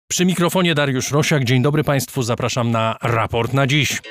Przy mikrofonie Dariusz Rosiak. Dzień dobry Państwu, zapraszam na raport na dziś.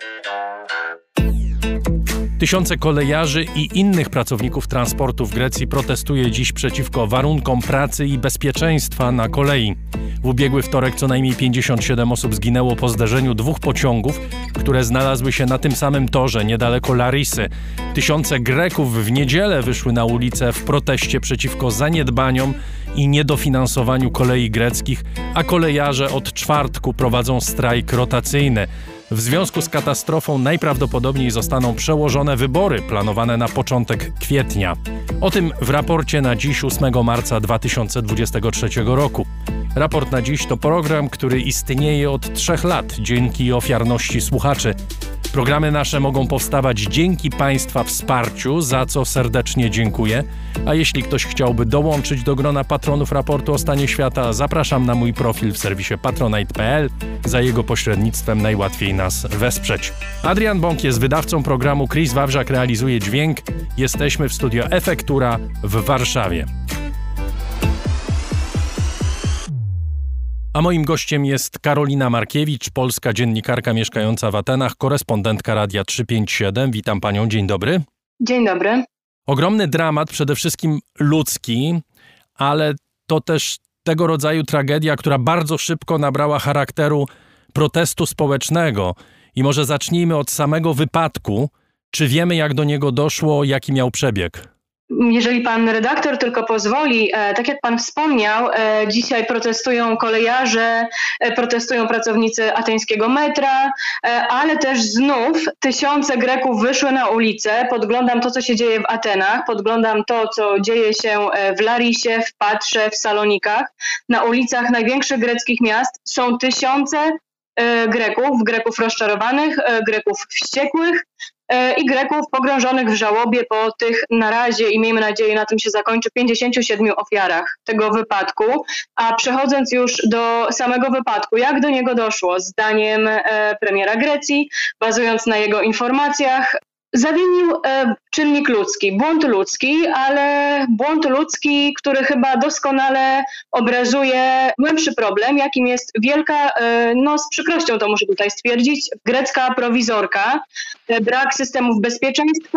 Tysiące kolejarzy i innych pracowników transportu w Grecji protestuje dziś przeciwko warunkom pracy i bezpieczeństwa na kolei. W ubiegły wtorek co najmniej 57 osób zginęło po zderzeniu dwóch pociągów, które znalazły się na tym samym torze niedaleko Larisy. Tysiące Greków w niedzielę wyszły na ulicę w proteście przeciwko zaniedbaniom i niedofinansowaniu kolei greckich, a kolejarze od czwartku prowadzą strajk rotacyjny. W związku z katastrofą najprawdopodobniej zostaną przełożone wybory planowane na początek kwietnia. O tym w raporcie na dziś 8 marca 2023 roku. Raport na dziś to program, który istnieje od 3 lat dzięki ofiarności słuchaczy. Programy nasze mogą powstawać dzięki Państwa wsparciu, za co serdecznie dziękuję. A jeśli ktoś chciałby dołączyć do grona patronów raportu o stanie świata, zapraszam na mój profil w serwisie patronite.pl. Za jego pośrednictwem najłatwiej nas wesprzeć. Adrian Bąk jest wydawcą programu, Chris Wawrzak realizuje dźwięk. Jesteśmy w studio Efektura w Warszawie. A moim gościem jest Karolina Markiewicz, polska dziennikarka mieszkająca w Atenach, korespondentka Radia 357. Witam panią, dzień dobry. Dzień dobry. Ogromny dramat, przede wszystkim ludzki, ale to też tego rodzaju tragedia, która bardzo szybko nabrała charakteru protestu społecznego. I może zacznijmy od samego wypadku. Czy wiemy, jak do niego doszło, jaki miał przebieg? Jeżeli pan redaktor tylko pozwoli, tak jak pan wspomniał, dzisiaj protestują kolejarze, protestują pracownicy ateńskiego metra, ale też znów tysiące Greków wyszły na ulicę. Podglądam to, co się dzieje w Atenach, podglądam to, co dzieje się w Larisie, w Patrze, w Salonikach. Na ulicach największych greckich miast są tysiące Greków rozczarowanych, Greków wściekłych, i Greków pogrążonych w żałobie po tych na razie, i miejmy nadzieję, na tym się zakończy, 57 ofiarach tego wypadku. A przechodząc już do samego wypadku, jak do niego doszło? Zdaniem premiera Grecji, bazując na jego informacjach, zawinił czynnik ludzki, błąd ludzki, ale błąd ludzki, który chyba doskonale obrazuje głębszy problem, jakim jest wielka, z przykrością to muszę tutaj stwierdzić, grecka prowizorka, brak systemów bezpieczeństwa,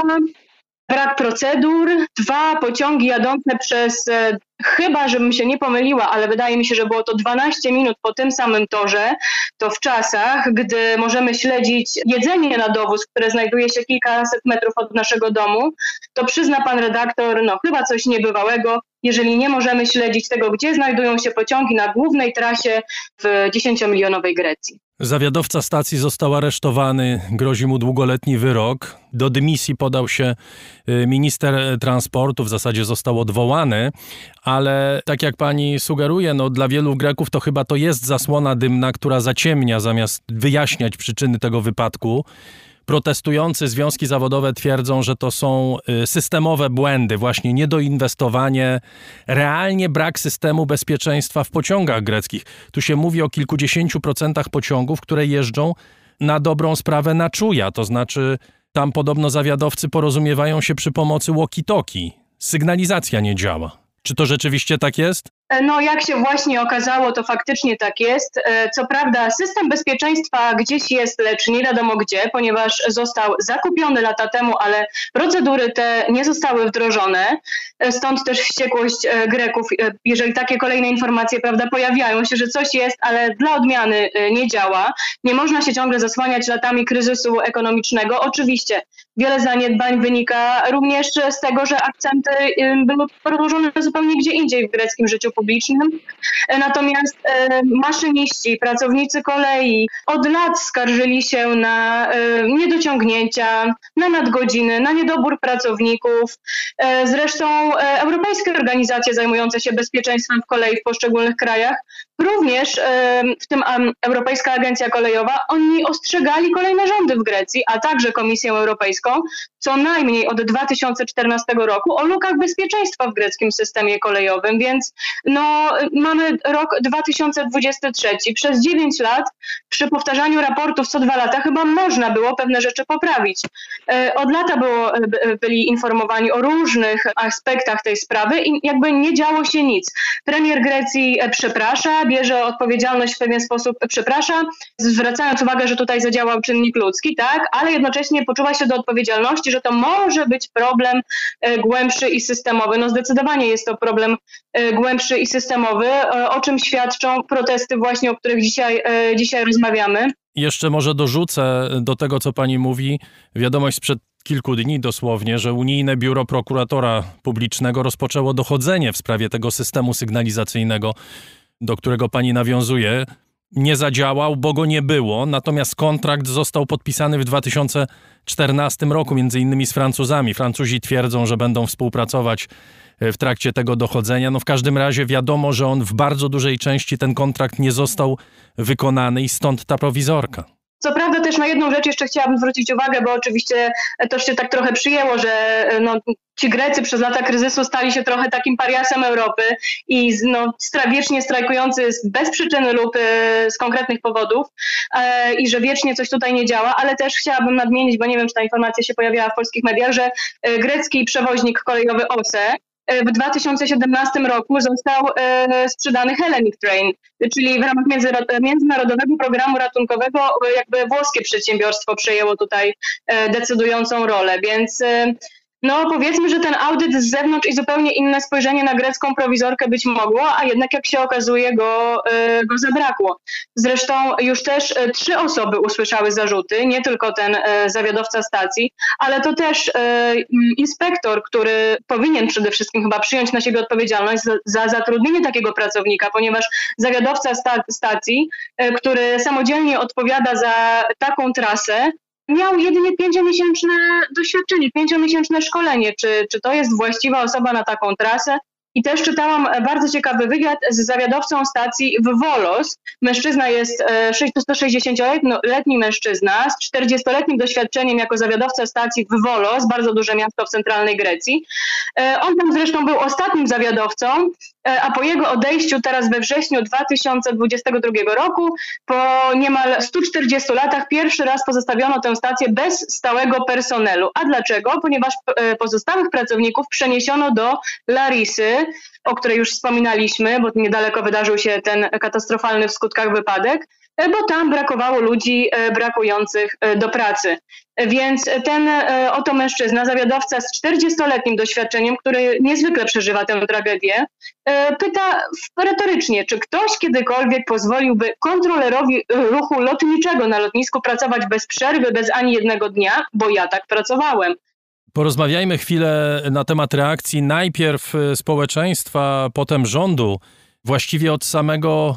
brak procedur, 2 pociągi jadące przez, chyba żebym się nie pomyliła, ale wydaje mi się, że było to 12 minut po tym samym torze, to w czasach, gdy możemy śledzić jedzenie na dowóz, które znajduje się kilkaset metrów od naszego domu, to przyzna pan redaktor, chyba coś niebywałego, jeżeli nie możemy śledzić tego, gdzie znajdują się pociągi na głównej trasie w 10-milionowej Grecji. Zawiadowca stacji został aresztowany, grozi mu długoletni wyrok. Do dymisji podał się minister transportu, w zasadzie został odwołany, ale tak jak pani sugeruje, dla wielu Greków to chyba to jest zasłona dymna, która zaciemnia zamiast wyjaśniać przyczyny tego wypadku. Protestujący związki zawodowe twierdzą, że to są systemowe błędy, właśnie niedoinwestowanie, realnie brak systemu bezpieczeństwa w pociągach greckich. Tu się mówi o kilkudziesięciu procentach pociągów, które jeżdżą na dobrą sprawę na czuja, to znaczy tam podobno zawiadowcy porozumiewają się przy pomocy walkie-talkie. Sygnalizacja nie działa. Czy to rzeczywiście tak jest? Jak się właśnie okazało, to faktycznie tak jest. Co prawda system bezpieczeństwa gdzieś jest, lecz nie wiadomo gdzie, ponieważ został zakupiony lata temu, ale procedury te nie zostały wdrożone. Stąd też wściekłość Greków, jeżeli takie kolejne informacje, pojawiają się, że coś jest, ale dla odmiany nie działa. Nie można się ciągle zasłaniać latami kryzysu ekonomicznego. Oczywiście wiele zaniedbań wynika również z tego, że akcenty były rozłożone zupełnie gdzie indziej w greckim życiu publicznym. Natomiast maszyniści, pracownicy kolei od lat skarżyli się na niedociągnięcia, na nadgodziny, na niedobór pracowników. Zresztą europejskie organizacje zajmujące się bezpieczeństwem w kolei w poszczególnych krajach, również w tym Europejska Agencja Kolejowa, oni ostrzegali kolejne rządy w Grecji, a także Komisję Europejską, Europejską, co najmniej od 2014 roku, o lukach bezpieczeństwa w greckim systemie kolejowym, więc mamy rok 2023. Przez 9 lat przy powtarzaniu raportów co 2 lata chyba można było pewne rzeczy poprawić. Od lata byli informowani o różnych aspektach tej sprawy i jakby nie działo się nic. Premier Grecji przeprasza, bierze odpowiedzialność w pewien sposób, zwracając uwagę, że tutaj zadziałał czynnik ludzki, tak, ale jednocześnie poczuwa się do odpowiedzialności, że to może być problem głębszy i systemowy. Zdecydowanie jest to problem głębszy i systemowy, o czym świadczą protesty właśnie, o których dzisiaj rozmawiamy. Jeszcze może dorzucę do tego, co pani mówi, wiadomość sprzed kilku dni dosłownie, że Unijne Biuro Prokuratora Publicznego rozpoczęło dochodzenie w sprawie tego systemu sygnalizacyjnego, do którego pani nawiązuje. Nie zadziałał, bo go nie było, natomiast kontrakt został podpisany w 2014 roku, między innymi z Francuzami. Francuzi twierdzą, że będą współpracować w trakcie tego dochodzenia. W każdym razie wiadomo, że on w bardzo dużej części ten kontrakt nie został wykonany i stąd ta prowizorka. Co prawda też na jedną rzecz jeszcze chciałabym zwrócić uwagę, bo oczywiście to się tak trochę przyjęło, że ci Grecy przez lata kryzysu stali się trochę takim pariasem Europy i wiecznie strajkujący bez przyczyny lub z konkretnych powodów i że wiecznie coś tutaj nie działa, ale też chciałabym nadmienić, bo nie wiem, czy ta informacja się pojawiała w polskich mediach, że grecki przewoźnik kolejowy OSE w 2017 roku został sprzedany Hellenic Train, czyli w ramach międzynarodowego programu ratunkowego jakby włoskie przedsiębiorstwo przejęło tutaj decydującą rolę, więc powiedzmy, że ten audyt z zewnątrz i zupełnie inne spojrzenie na grecką prowizorkę być mogło, a jednak jak się okazuje go zabrakło. Zresztą już też 3 osoby usłyszały zarzuty, nie tylko ten zawiadowca stacji, ale to też inspektor, który powinien przede wszystkim chyba przyjąć na siebie odpowiedzialność za zatrudnienie takiego pracownika, ponieważ zawiadowca stacji, który samodzielnie odpowiada za taką trasę, miał jedynie 5-miesięczne doświadczenie, 5-miesięczne szkolenie. Czy to jest właściwa osoba na taką trasę? I też czytałam bardzo ciekawy wywiad z zawiadowcą stacji w Volos. Mężczyzna jest 160-letni mężczyzna z 40-letnim doświadczeniem jako zawiadowca stacji w Volos, bardzo duże miasto w centralnej Grecji. On tam zresztą był ostatnim zawiadowcą, a po jego odejściu teraz we wrześniu 2022 roku, po niemal 140 latach, pierwszy raz pozostawiono tę stację bez stałego personelu. A dlaczego? Ponieważ pozostałych pracowników przeniesiono do Larisy, o której już wspominaliśmy, bo niedaleko wydarzył się ten katastrofalny w skutkach wypadek, bo tam brakowało ludzi brakujących do pracy. Więc ten oto mężczyzna, zawiadowca z 40-letnim doświadczeniem, który niezwykle przeżywa tę tragedię, pyta retorycznie, czy ktoś kiedykolwiek pozwoliłby kontrolerowi ruchu lotniczego na lotnisku pracować bez przerwy, bez ani jednego dnia, bo ja tak pracowałem. Porozmawiajmy chwilę na temat reakcji najpierw społeczeństwa, potem rządu. Właściwie od samego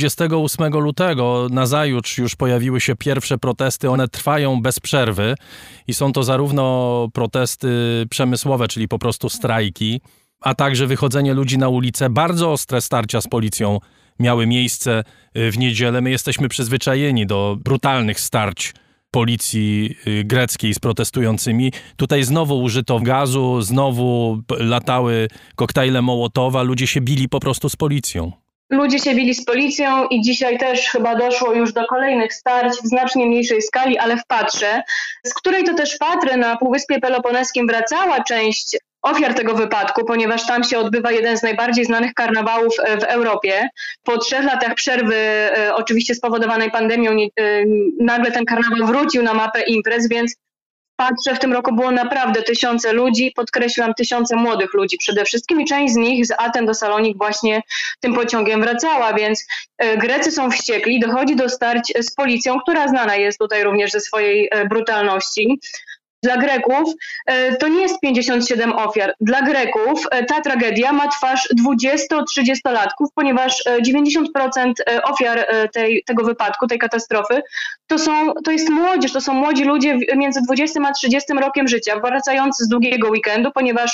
28 lutego nazajutrz już pojawiły się pierwsze protesty. One trwają bez przerwy i są to zarówno protesty przemysłowe, czyli po prostu strajki, a także wychodzenie ludzi na ulicę. Bardzo ostre starcia z policją miały miejsce w niedzielę. My jesteśmy przyzwyczajeni do brutalnych starć policji greckiej z protestującymi. Tutaj znowu użyto gazu, znowu latały koktajle Mołotowa, ludzie się bili po prostu z policją. Ludzie się bili z policją i dzisiaj też chyba doszło już do kolejnych starć w znacznie mniejszej skali, ale w Patrze, z której to też Patry na Półwyspie Peloponeskim wracała część ofiar tego wypadku, ponieważ tam się odbywa jeden z najbardziej znanych karnawałów w Europie. Po 3 latach przerwy, oczywiście spowodowanej pandemią, nagle ten karnawał wrócił na mapę imprez, więc Patrzę, w tym roku było naprawdę tysiące ludzi, podkreślam, tysiące młodych ludzi przede wszystkim i część z nich z Aten do Salonik właśnie tym pociągiem wracała, więc Grecy są wściekli, dochodzi do starć z policją, która znana jest tutaj również ze swojej brutalności. Dla Greków to nie jest 57 ofiar. Dla Greków ta tragedia ma twarz 20-30-latków, ponieważ 90% ofiar tego wypadku, tej katastrofy, to jest młodzież, to są młodzi ludzie między 20 a 30 rokiem życia, wracający z długiego weekendu, ponieważ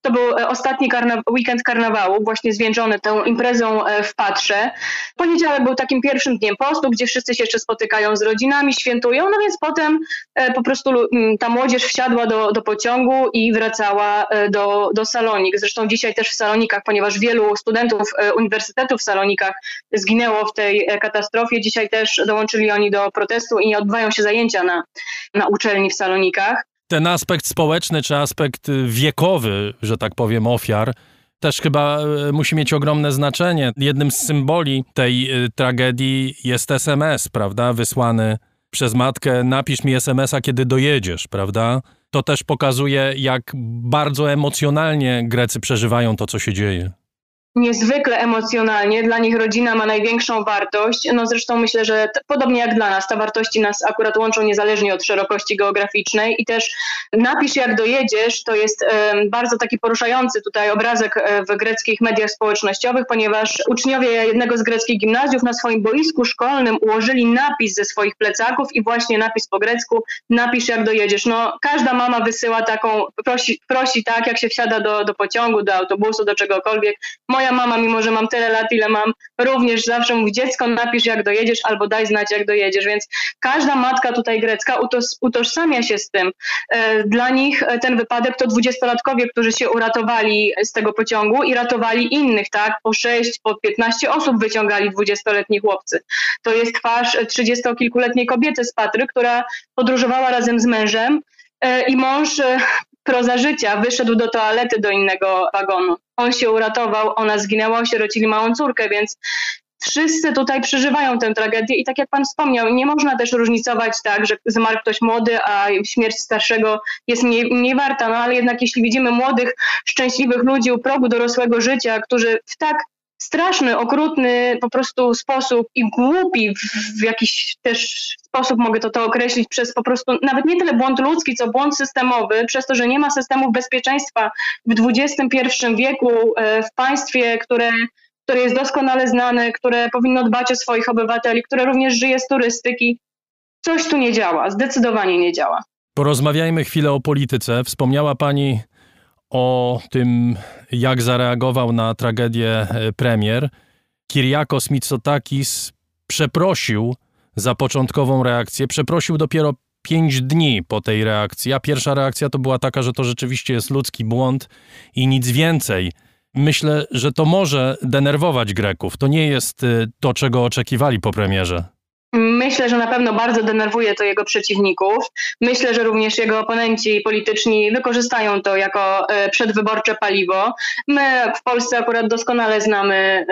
To był ostatni weekend karnawału, właśnie zwieńczony tą imprezą w Patrze. Poniedziałek był takim pierwszym dniem postu, gdzie wszyscy się jeszcze spotykają z rodzinami, świętują, no więc potem po prostu ta młodzież wsiadła do pociągu i wracała do Salonik. Zresztą dzisiaj też w Salonikach, ponieważ wielu studentów Uniwersytetu w Salonikach zginęło w tej katastrofie, dzisiaj też dołączyli oni do protestu i odbywają się zajęcia na uczelni w Salonikach. Ten aspekt społeczny czy aspekt wiekowy, że tak powiem, ofiar, też chyba musi mieć ogromne znaczenie. Jednym z symboli tej tragedii jest SMS, prawda? Wysłany przez matkę, napisz mi SMS-a, kiedy dojedziesz, prawda? To też pokazuje, jak bardzo emocjonalnie Grecy przeżywają to, co się dzieje. Niezwykle emocjonalnie. Dla nich rodzina ma największą wartość. No zresztą myślę, że podobnie jak dla nas, te wartości nas akurat łączą niezależnie od szerokości geograficznej i też napisz jak dojedziesz, to jest bardzo taki poruszający tutaj obrazek w greckich mediach społecznościowych, ponieważ uczniowie jednego z greckich gimnazjów na swoim boisku szkolnym ułożyli napis ze swoich plecaków i właśnie napis po grecku, napisz jak dojedziesz. No każda mama wysyła taką, prosi tak, jak się wsiada do pociągu, do autobusu, do czegokolwiek. Moja mama, mimo że mam tyle lat, ile mam, również zawsze mówi, dziecko, napisz jak dojedziesz albo daj znać jak dojedziesz, więc każda matka tutaj grecka utożsamia się z tym. Dla nich ten wypadek to 20-latkowie, którzy się uratowali z tego pociągu i ratowali innych, tak? Po 6, po 15 osób wyciągali 20-letni chłopcy. To jest twarz 30-kilkuletniej kobiety z Patry, która podróżowała razem z mężem i mąż proza życia wyszedł do toalety do innego wagonu. On się uratował, ona zginęła, osierocili małą córkę, więc wszyscy tutaj przeżywają tę tragedię i tak jak pan wspomniał, nie można też różnicować tak, że zmarł ktoś młody, a śmierć starszego jest mniej warta, no ale jednak jeśli widzimy młodych, szczęśliwych ludzi u progu dorosłego życia, którzy w tak straszny, okrutny po prostu sposób i głupi w jakiś też sposób, mogę to określić, przez po prostu nawet nie tyle błąd ludzki, co błąd systemowy, przez to, że nie ma systemów bezpieczeństwa w XXI wieku w państwie, które jest doskonale znane, które powinno dbać o swoich obywateli, które również żyje z turystyki. Coś tu nie działa, zdecydowanie nie działa. Porozmawiajmy chwilę o polityce. Wspomniała pani o tym, jak zareagował na tragedię premier. Kyriakos Mitsotakis przeprosił za początkową reakcję. Przeprosił dopiero 5 dni po tej reakcji, a pierwsza reakcja to była taka, że to rzeczywiście jest ludzki błąd i nic więcej. Myślę, że to może denerwować Greków. To nie jest to, czego oczekiwali po premierze. Myślę, że na pewno bardzo denerwuje to jego przeciwników. Myślę, że również jego oponenci polityczni wykorzystają to jako przedwyborcze paliwo. My w Polsce akurat doskonale znamy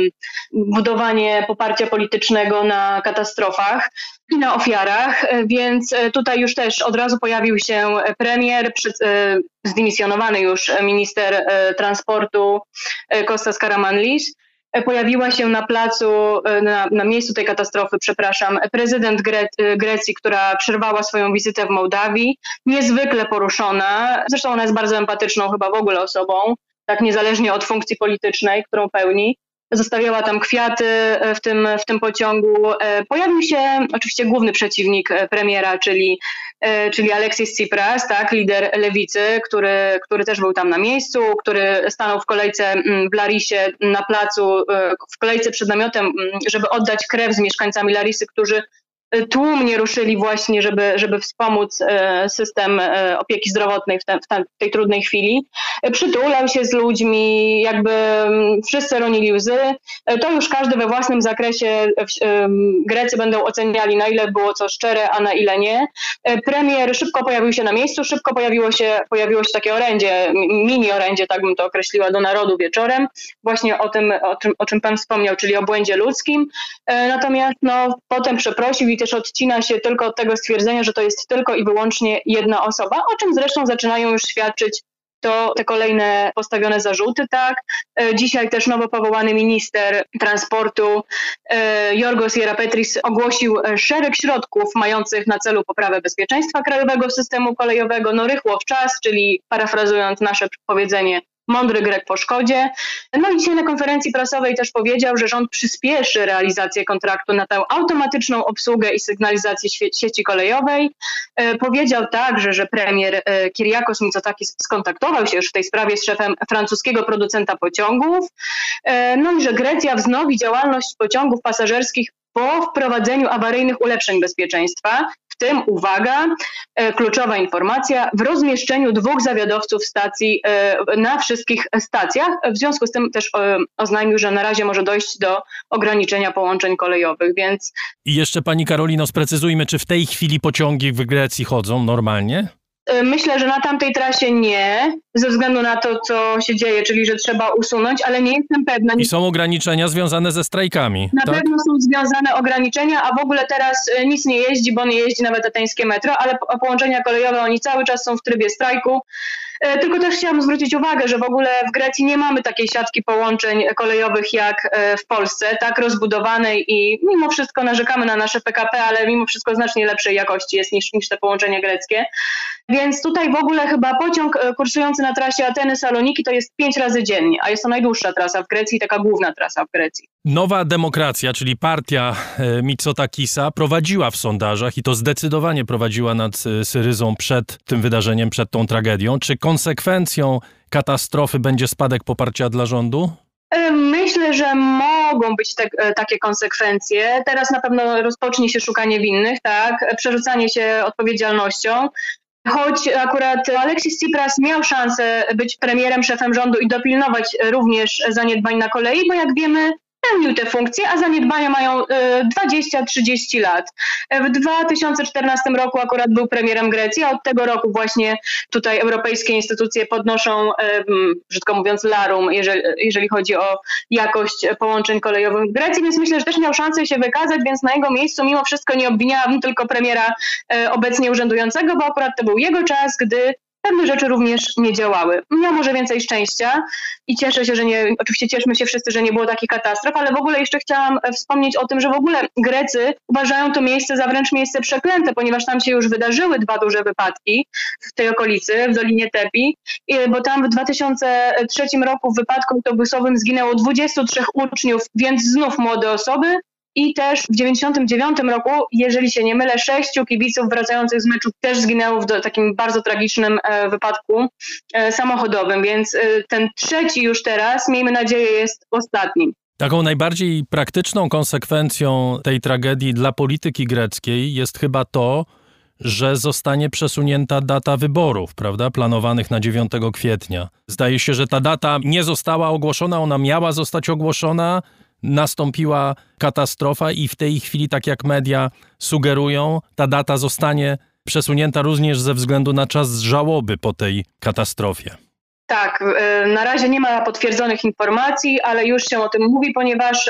budowanie poparcia politycznego na katastrofach i na ofiarach, więc tutaj już też od razu pojawił się premier, zdymisjonowany już minister transportu Kostas Karamanlis. Pojawiła się na placu, na miejscu tej katastrofy, prezydent Grecji, która przerwała swoją wizytę w Mołdawii, niezwykle poruszona. Zresztą ona jest bardzo empatyczną chyba w ogóle osobą, tak niezależnie od funkcji politycznej, którą pełni. Zostawiała tam kwiaty w tym pociągu. Pojawił się oczywiście główny przeciwnik premiera, czyli Alexis Tsipras, tak, lider lewicy, który też był tam na miejscu, który stanął w kolejce w Larisie na placu, w kolejce przed namiotem, żeby oddać krew z mieszkańcami Larisy, którzy tłumnie ruszyli właśnie, żeby wspomóc system opieki zdrowotnej w tej trudnej chwili. Przytulał się z ludźmi, jakby wszyscy ronili łzy. To już każdy we własnym zakresie Grecy będą oceniali, na ile było co szczere, a na ile nie. Premier szybko pojawił się na miejscu, szybko pojawiło się takie orędzie, mini orędzie, tak bym to określiła, do narodu wieczorem. Właśnie o czym pan wspomniał, czyli o błędzie ludzkim. Natomiast potem przeprosił i też odcina się tylko od tego stwierdzenia, że to jest tylko i wyłącznie jedna osoba, o czym zresztą zaczynają już świadczyć te kolejne postawione zarzuty, tak. Dzisiaj też nowo powołany minister transportu Yorgos Ierapetris ogłosił szereg środków mających na celu poprawę bezpieczeństwa krajowego systemu kolejowego, rychło w czas, czyli parafrazując nasze powiedzenie, mądry Grek po szkodzie. No i dzisiaj na konferencji prasowej też powiedział, że rząd przyspieszy realizację kontraktu na tę automatyczną obsługę i sygnalizację sieci kolejowej. Powiedział także, że premier Kyriakos Mitsotakis skontaktował się już w tej sprawie z szefem francuskiego producenta pociągów. No i że Grecja wznowi działalność pociągów pasażerskich po wprowadzeniu awaryjnych ulepszeń bezpieczeństwa, w tym, uwaga, kluczowa informacja, w rozmieszczeniu 2 zawiadowców stacji na wszystkich stacjach. W związku z tym też oznajmił, że na razie może dojść do ograniczenia połączeń kolejowych, więc... I jeszcze pani Karolino, sprecyzujmy, czy w tej chwili pociągi w Grecji chodzą normalnie? Myślę, że na tamtej trasie nie, ze względu na to, co się dzieje, czyli że trzeba usunąć, ale nie jestem pewna. I są ograniczenia związane ze strajkami, Na pewno są związane ograniczenia, a w ogóle teraz nic nie jeździ, bo nie jeździ nawet ateńskie metro, ale połączenia kolejowe, oni cały czas są w trybie strajku. Tylko też chciałam zwrócić uwagę, że w ogóle w Grecji nie mamy takiej siatki połączeń kolejowych jak w Polsce, tak rozbudowanej i mimo wszystko narzekamy na nasze PKP, ale mimo wszystko znacznie lepszej jakości jest niż te połączenia greckie. Więc tutaj w ogóle chyba pociąg kursujący na trasie Ateny-Saloniki to jest 5 razy dziennie, a jest to najdłuższa trasa w Grecji, taka główna trasa w Grecji. Nowa Demokracja, czyli partia Mitsotakisa, prowadziła w sondażach i to zdecydowanie prowadziła nad Syryzą przed tym wydarzeniem, przed tą tragedią. Czy konsekwencją katastrofy będzie spadek poparcia dla rządu? Myślę, że mogą być takie konsekwencje. Teraz na pewno rozpocznie się szukanie winnych, tak, przerzucanie się odpowiedzialnością. Choć akurat Alexis Tsipras miał szansę być premierem, szefem rządu i dopilnować również zaniedbań na kolei, bo jak wiemy, pełnił te funkcje, a zaniedbania mają 20-30 lat. W 2014 roku akurat był premierem Grecji, a od tego roku właśnie tutaj europejskie instytucje podnoszą, brzydko mówiąc, larum, jeżeli chodzi o jakość połączeń kolejowych w Grecji, więc myślę, że też miał szansę się wykazać, więc na jego miejscu mimo wszystko nie obwiniałabym tylko premiera obecnie urzędującego, bo akurat to był jego czas, gdy pewne rzeczy również nie działały. Miał może więcej szczęścia i cieszę się, że oczywiście cieszmy się wszyscy, że nie było takich katastrof, ale w ogóle jeszcze chciałam wspomnieć o tym, że w ogóle Grecy uważają to miejsce za wręcz miejsce przeklęte, ponieważ tam się już wydarzyły 2 duże wypadki w tej okolicy, w Dolinie Tepi, bo tam w 2003 roku w wypadku autobusowym zginęło 23 uczniów, więc znów młode osoby. I też w 1999 roku, jeżeli się nie mylę, 6 kibiców wracających z meczu też zginęło w takim bardzo tragicznym wypadku samochodowym, więc ten trzeci już teraz, miejmy nadzieję, jest ostatnim. Taką najbardziej praktyczną konsekwencją tej tragedii dla polityki greckiej jest chyba to, że zostanie przesunięta data wyborów, prawda, planowanych na 9 kwietnia. Zdaje się, że ta data nie została ogłoszona, ona miała zostać ogłoszona, nastąpiła katastrofa i w tej chwili, tak jak media sugerują, ta data zostanie przesunięta również ze względu na czas żałoby po tej katastrofie. Tak, na razie nie ma potwierdzonych informacji, ale już się o tym mówi, ponieważ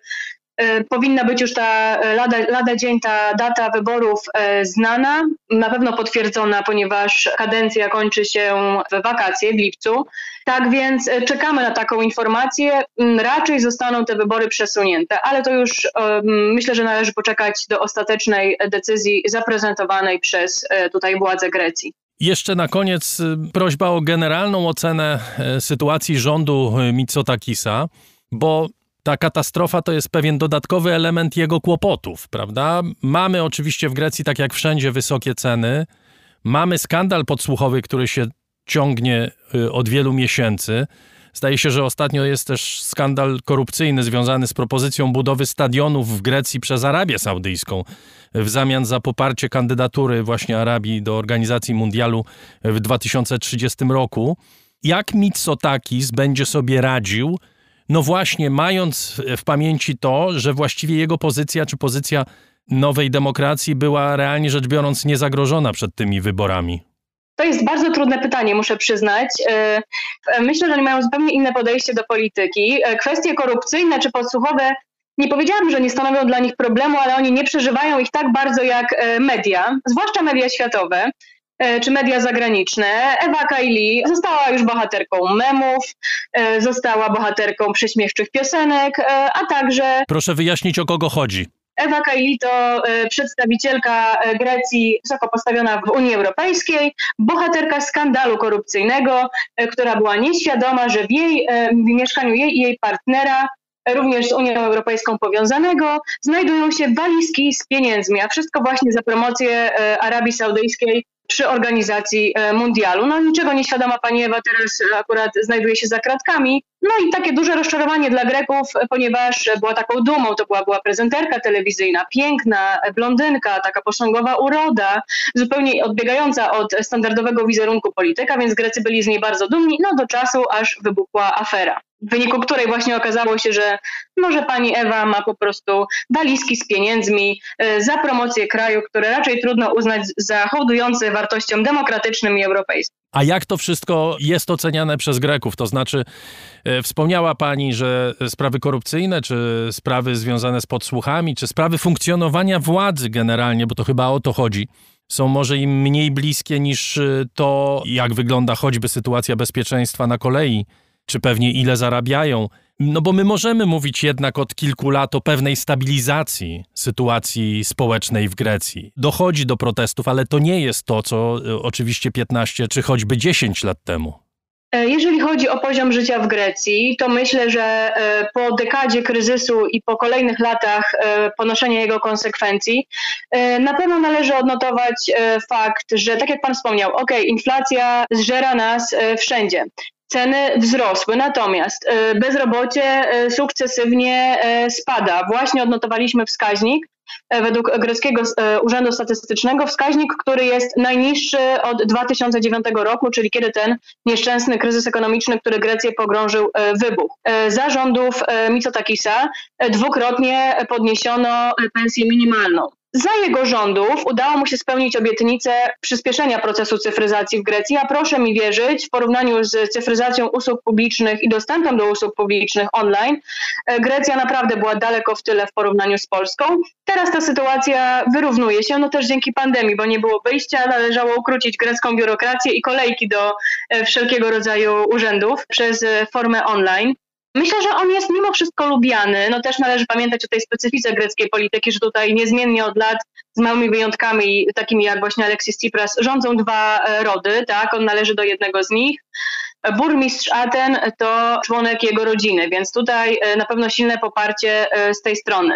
powinna być już lada dzień ta data wyborów znana, na pewno potwierdzona, ponieważ kadencja kończy się w wakacje w lipcu. Tak więc czekamy na taką informację. Raczej zostaną te wybory przesunięte, ale to już myślę, że należy poczekać do ostatecznej decyzji zaprezentowanej przez tutaj władze Grecji. Jeszcze na koniec prośba o generalną ocenę sytuacji rządu Mitsotakisa, bo ta katastrofa to jest pewien dodatkowy element jego kłopotów, prawda? Mamy oczywiście w Grecji, tak jak wszędzie, wysokie ceny. Mamy skandal podsłuchowy, który się ciągnie od wielu miesięcy. Zdaje się, że ostatnio jest też skandal korupcyjny związany z propozycją budowy stadionów w Grecji przez Arabię Saudyjską w zamian za poparcie kandydatury właśnie Arabii do organizacji mundialu w 2030 roku. Jak Mitsotakis będzie sobie radził, no właśnie mając w pamięci to, że właściwie jego pozycja czy pozycja Nowej Demokracji była realnie rzecz biorąc niezagrożona przed tymi wyborami? To jest bardzo trudne pytanie, muszę przyznać. Myślę, że oni mają zupełnie inne podejście do polityki. Kwestie korupcyjne czy podsłuchowe, nie powiedziałabym, że nie stanowią dla nich problemu, ale oni nie przeżywają ich tak bardzo jak media, zwłaszcza media światowe czy media zagraniczne. Ewa Kaili została już bohaterką memów, została bohaterką prześmiewczych piosenek, a także... Proszę wyjaśnić, o kogo chodzi. Ewa Kaili to przedstawicielka Grecji wysoko postawiona w Unii Europejskiej, bohaterka skandalu korupcyjnego, która była nieświadoma, że w mieszkaniu jej i jej partnera, również z Unią Europejską powiązanego, znajdują się walizki z pieniędzmi, a wszystko właśnie za promocję Arabii Saudyjskiej przy organizacji mundialu. No niczego nieświadoma pani Ewa teraz akurat znajduje się za kratkami. No i takie duże rozczarowanie dla Greków, ponieważ była taką dumą, to była prezenterka telewizyjna, piękna blondynka, taka posągowa uroda, zupełnie odbiegająca od standardowego wizerunku polityka, więc Grecy byli z niej bardzo dumni, no do czasu, aż wybuchła afera, w wyniku której właśnie okazało się, że może pani Ewa ma po prostu walizki z pieniędzmi za promocję kraju, które raczej trudno uznać za hołdujący wartościom demokratycznym i europejskim. A jak to wszystko jest oceniane przez Greków? To znaczy, wspomniała pani, że sprawy korupcyjne, czy sprawy związane z podsłuchami, czy sprawy funkcjonowania władzy generalnie, bo to chyba o to chodzi, są może im mniej bliskie niż to, jak wygląda choćby sytuacja bezpieczeństwa na kolei, czy pewnie ile zarabiają. No bo my możemy mówić jednak od kilku lat o pewnej stabilizacji sytuacji społecznej w Grecji. Dochodzi do protestów, ale to nie jest to, co oczywiście 15 czy choćby 10 lat temu. Jeżeli chodzi o poziom życia w Grecji, to myślę, że po dekadzie kryzysu i po kolejnych latach ponoszenia jego konsekwencji, na pewno należy odnotować fakt, że tak jak pan wspomniał, inflacja zżera nas wszędzie. Ceny wzrosły, natomiast bezrobocie sukcesywnie spada. Właśnie odnotowaliśmy wskaźnik, według greckiego Urzędu Statystycznego, wskaźnik, który jest najniższy od 2009 roku, czyli kiedy ten nieszczęsny kryzys ekonomiczny, który Grecję pogrążył, wybuchł. Za rządów Mitsotakisa dwukrotnie podniesiono pensję minimalną. Za jego rządów udało mu się spełnić obietnicę przyspieszenia procesu cyfryzacji w Grecji, a proszę mi wierzyć, w porównaniu z cyfryzacją usług publicznych i dostępem do usług publicznych online, Grecja naprawdę była daleko w tyle w porównaniu z Polską. Teraz ta sytuacja wyrównuje się, no też dzięki pandemii, bo nie było wyjścia, należało ukrócić grecką biurokrację i kolejki do wszelkiego rodzaju urzędów przez formę online. Myślę, że on jest mimo wszystko lubiany. No też należy pamiętać o tej specyfice greckiej polityki, że tutaj niezmiennie od lat, z małymi wyjątkami, takimi jak właśnie Alexis Tsipras, rządzą dwa rody, tak? On należy do jednego z nich. Burmistrz Aten to członek jego rodziny, więc tutaj na pewno silne poparcie z tej strony.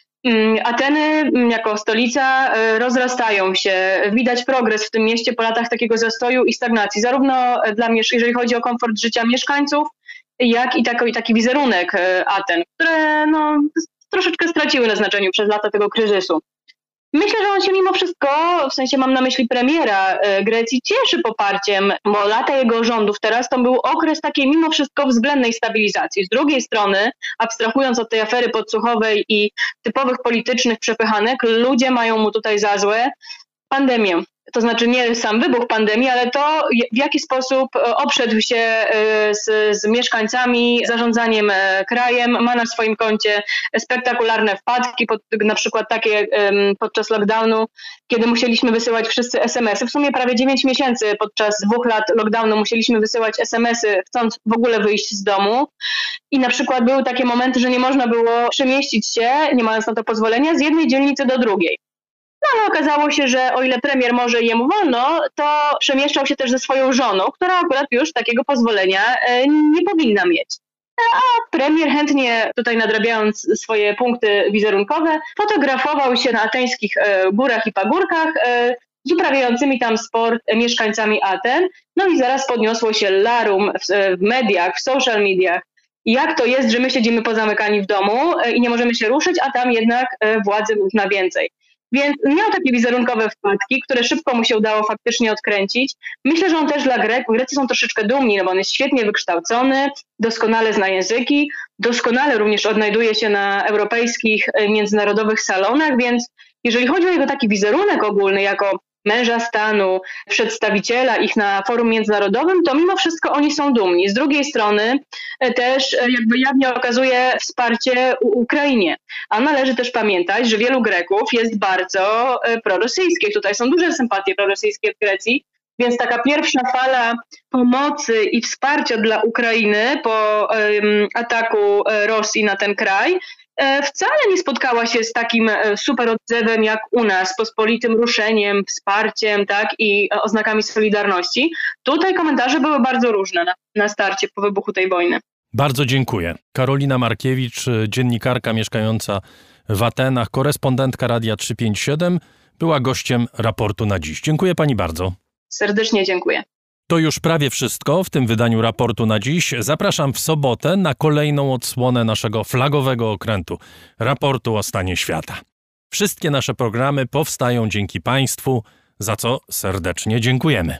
Ateny jako stolica rozrastają się. Widać progres w tym mieście po latach takiego zastoju i stagnacji, zarówno jeżeli chodzi o komfort życia mieszkańców, jak i taki wizerunek Aten, które troszeczkę straciły na znaczeniu przez lata tego kryzysu. Myślę, że on się mimo wszystko, w sensie mam na myśli premiera Grecji, cieszy poparciem, bo lata jego rządów teraz to był okres takiej mimo wszystko względnej stabilizacji. Z drugiej strony, abstrahując od tej afery podsłuchowej i typowych politycznych przepychanek, ludzie mają mu tutaj za złe pandemię. To znaczy nie sam wybuch pandemii, ale to, w jaki sposób obszedł się z mieszkańcami, zarządzaniem krajem, ma na swoim koncie spektakularne wpadki, na przykład takie podczas lockdownu, kiedy musieliśmy wysyłać wszyscy SMS-y. W sumie prawie 9 miesięcy podczas 2 lat lockdownu musieliśmy wysyłać SMS-y, chcąc w ogóle wyjść z domu. I na przykład były takie momenty, że nie można było przemieścić się, nie mając na to pozwolenia, z jednej dzielnicy do drugiej. No ale okazało się, że o ile premier może i jemu wolno, to przemieszczał się też ze swoją żoną, która akurat już takiego pozwolenia nie powinna mieć. A premier chętnie, tutaj nadrabiając swoje punkty wizerunkowe, fotografował się na ateńskich górach i pagórkach z uprawiającymi tam sport mieszkańcami Aten. No i zaraz podniosło się larum w mediach, w social mediach. Jak to jest, że my siedzimy pozamykani w domu i nie możemy się ruszyć, a tam jednak władzy można więcej. Więc miał takie wizerunkowe wpadki, które szybko mu się udało faktycznie odkręcić. Myślę, że on też dla Greków, Grecy są troszeczkę dumni, no bo on jest świetnie wykształcony, doskonale zna języki, doskonale również odnajduje się na europejskich, międzynarodowych salonach, więc jeżeli chodzi o jego taki wizerunek ogólny jako męża stanu, przedstawiciela ich na forum międzynarodowym, to mimo wszystko oni są dumni. Z drugiej strony też jakby jawnie okazuje wsparcie Ukrainie. A należy też pamiętać, że wielu Greków jest bardzo prorosyjskich. Tutaj są duże sympatie prorosyjskie w Grecji, więc taka pierwsza fala pomocy i wsparcia dla Ukrainy po ataku Rosji na ten kraj wcale nie spotkała się z takim super odzewem jak u nas, pospolitym ruszeniem, wsparciem, tak, i oznakami solidarności. Tutaj komentarze były bardzo różne na starcie po wybuchu tej wojny. Bardzo dziękuję. Karolina Markiewicz, dziennikarka mieszkająca w Atenach, korespondentka Radia 357, była gościem Raportu na dziś. Dziękuję pani bardzo. Serdecznie dziękuję. To już prawie wszystko w tym wydaniu Raportu na dziś. Zapraszam w sobotę na kolejną odsłonę naszego flagowego okrętu Raportu o stanie świata. Wszystkie nasze programy powstają dzięki państwu, za co serdecznie dziękujemy.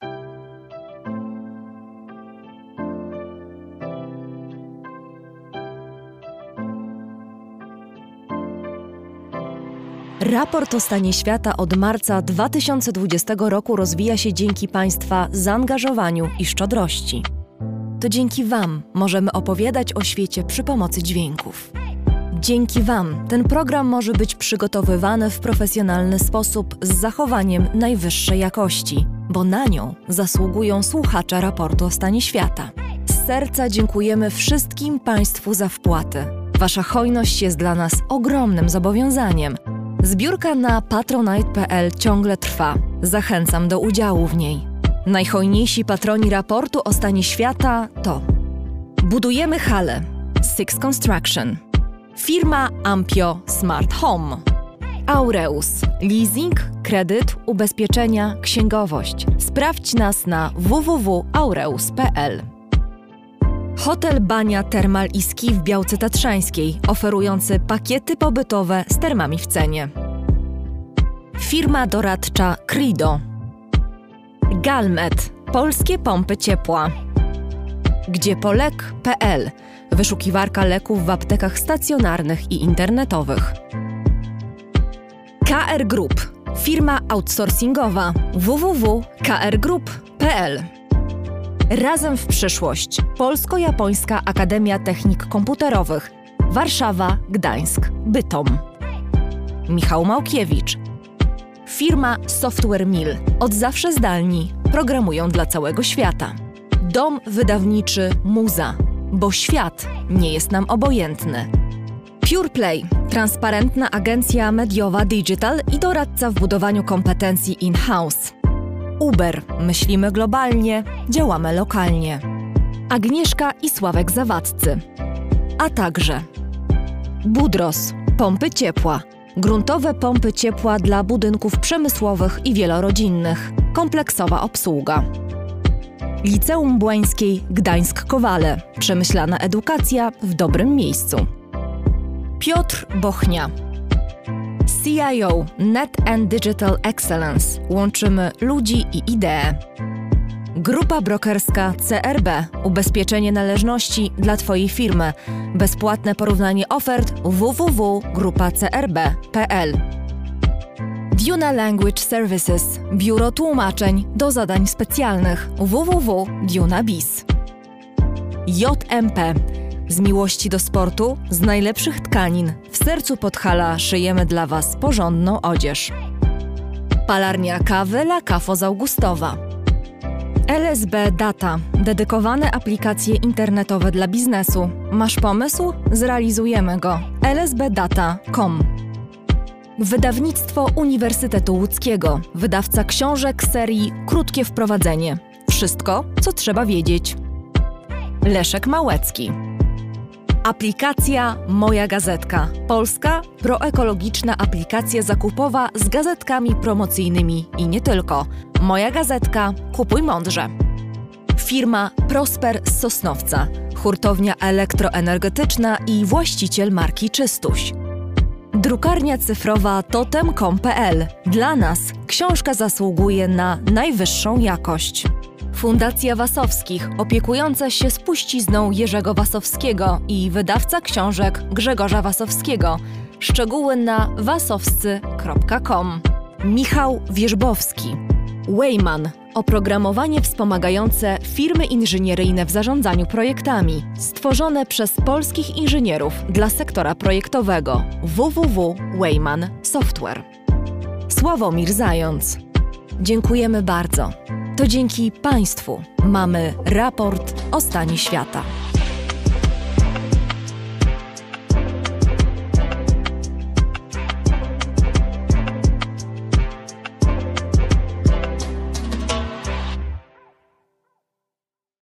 Raport o stanie świata od marca 2020 roku rozwija się dzięki Państwa zaangażowaniu i szczodrości. To dzięki Wam możemy opowiadać o świecie przy pomocy dźwięków. Dzięki Wam ten program może być przygotowywany w profesjonalny sposób z zachowaniem najwyższej jakości, bo na nią zasługują słuchacze Raportu o stanie świata. Z serca dziękujemy wszystkim Państwu za wpłaty. Wasza hojność jest dla nas ogromnym zobowiązaniem. Zbiórka na patronite.pl ciągle trwa. Zachęcam do udziału w niej. Najhojniejsi patroni Raportu o stanie świata to Budujemy halę, Six Construction, firma Ampio Smart Home, Aureus, leasing, kredyt, ubezpieczenia, księgowość. Sprawdź nas na www.aureus.pl. Hotel Bania Thermal i Ski w Białce Tatrzańskiej, oferujący pakiety pobytowe z termami w cenie. Firma doradcza Crido. Galmet, polskie pompy ciepła. Gdziepolek.pl, wyszukiwarka leków w aptekach stacjonarnych i internetowych. KR Group, firma outsourcingowa, www.krgroup.pl. Razem w przyszłość. Polsko-Japońska Akademia Technik Komputerowych. Warszawa, Gdańsk, Bytom. Michał Małkiewicz. Firma Software Mill. Od zawsze zdalni. Programują dla całego świata. Dom wydawniczy Muza. Bo świat nie jest nam obojętny. PurePlay. Transparentna agencja mediowa digital i doradca w budowaniu kompetencji in-house. Uber. Myślimy globalnie, działamy lokalnie. Agnieszka i Sławek Zawadzcy. A także Budros. Pompy ciepła. Gruntowe pompy ciepła dla budynków przemysłowych i wielorodzinnych. Kompleksowa obsługa. Liceum Błańskiej Gdańsk-Kowale. Przemyślana edukacja w dobrym miejscu. Piotr Bochnia. CIO Net and Digital Excellence. Łączymy ludzi i idee. Grupa brokerska CRB. Ubezpieczenie należności dla Twojej firmy. Bezpłatne porównanie ofert www.grupacrb.pl. Duna Language Services. Biuro tłumaczeń do zadań specjalnych www.duna.biz. JMP. Z miłości do sportu, z najlepszych tkanin, w sercu Podhala szyjemy dla Was porządną odzież. Palarnia kawy La Cafo z Augustowa. LSB Data. Dedykowane aplikacje internetowe dla biznesu. Masz pomysł? Zrealizujemy go. lsbdata.com. Wydawnictwo Uniwersytetu Łódzkiego. Wydawca książek serii Krótkie wprowadzenie. Wszystko, co trzeba wiedzieć. Leszek Małecki. Aplikacja Moja Gazetka. Polska proekologiczna aplikacja zakupowa z gazetkami promocyjnymi i nie tylko. Moja Gazetka. Kupuj mądrze. Firma Prosper z Sosnowca. Hurtownia elektroenergetyczna i właściciel marki Czystuś. Drukarnia cyfrowa totem.com.pl. Dla nas książka zasługuje na najwyższą jakość. Fundacja Wasowskich, opiekująca się spuścizną Jerzego Wasowskiego i wydawca książek Grzegorza Wasowskiego. Szczegóły na wasowscy.com. Michał Wierzbowski. Wayman. Oprogramowanie wspomagające firmy inżynieryjne w zarządzaniu projektami. Stworzone przez polskich inżynierów dla sektora projektowego. www.Wayman Software. Sławomir Zając. Dziękujemy bardzo. To dzięki Państwu mamy raport o stanie świata.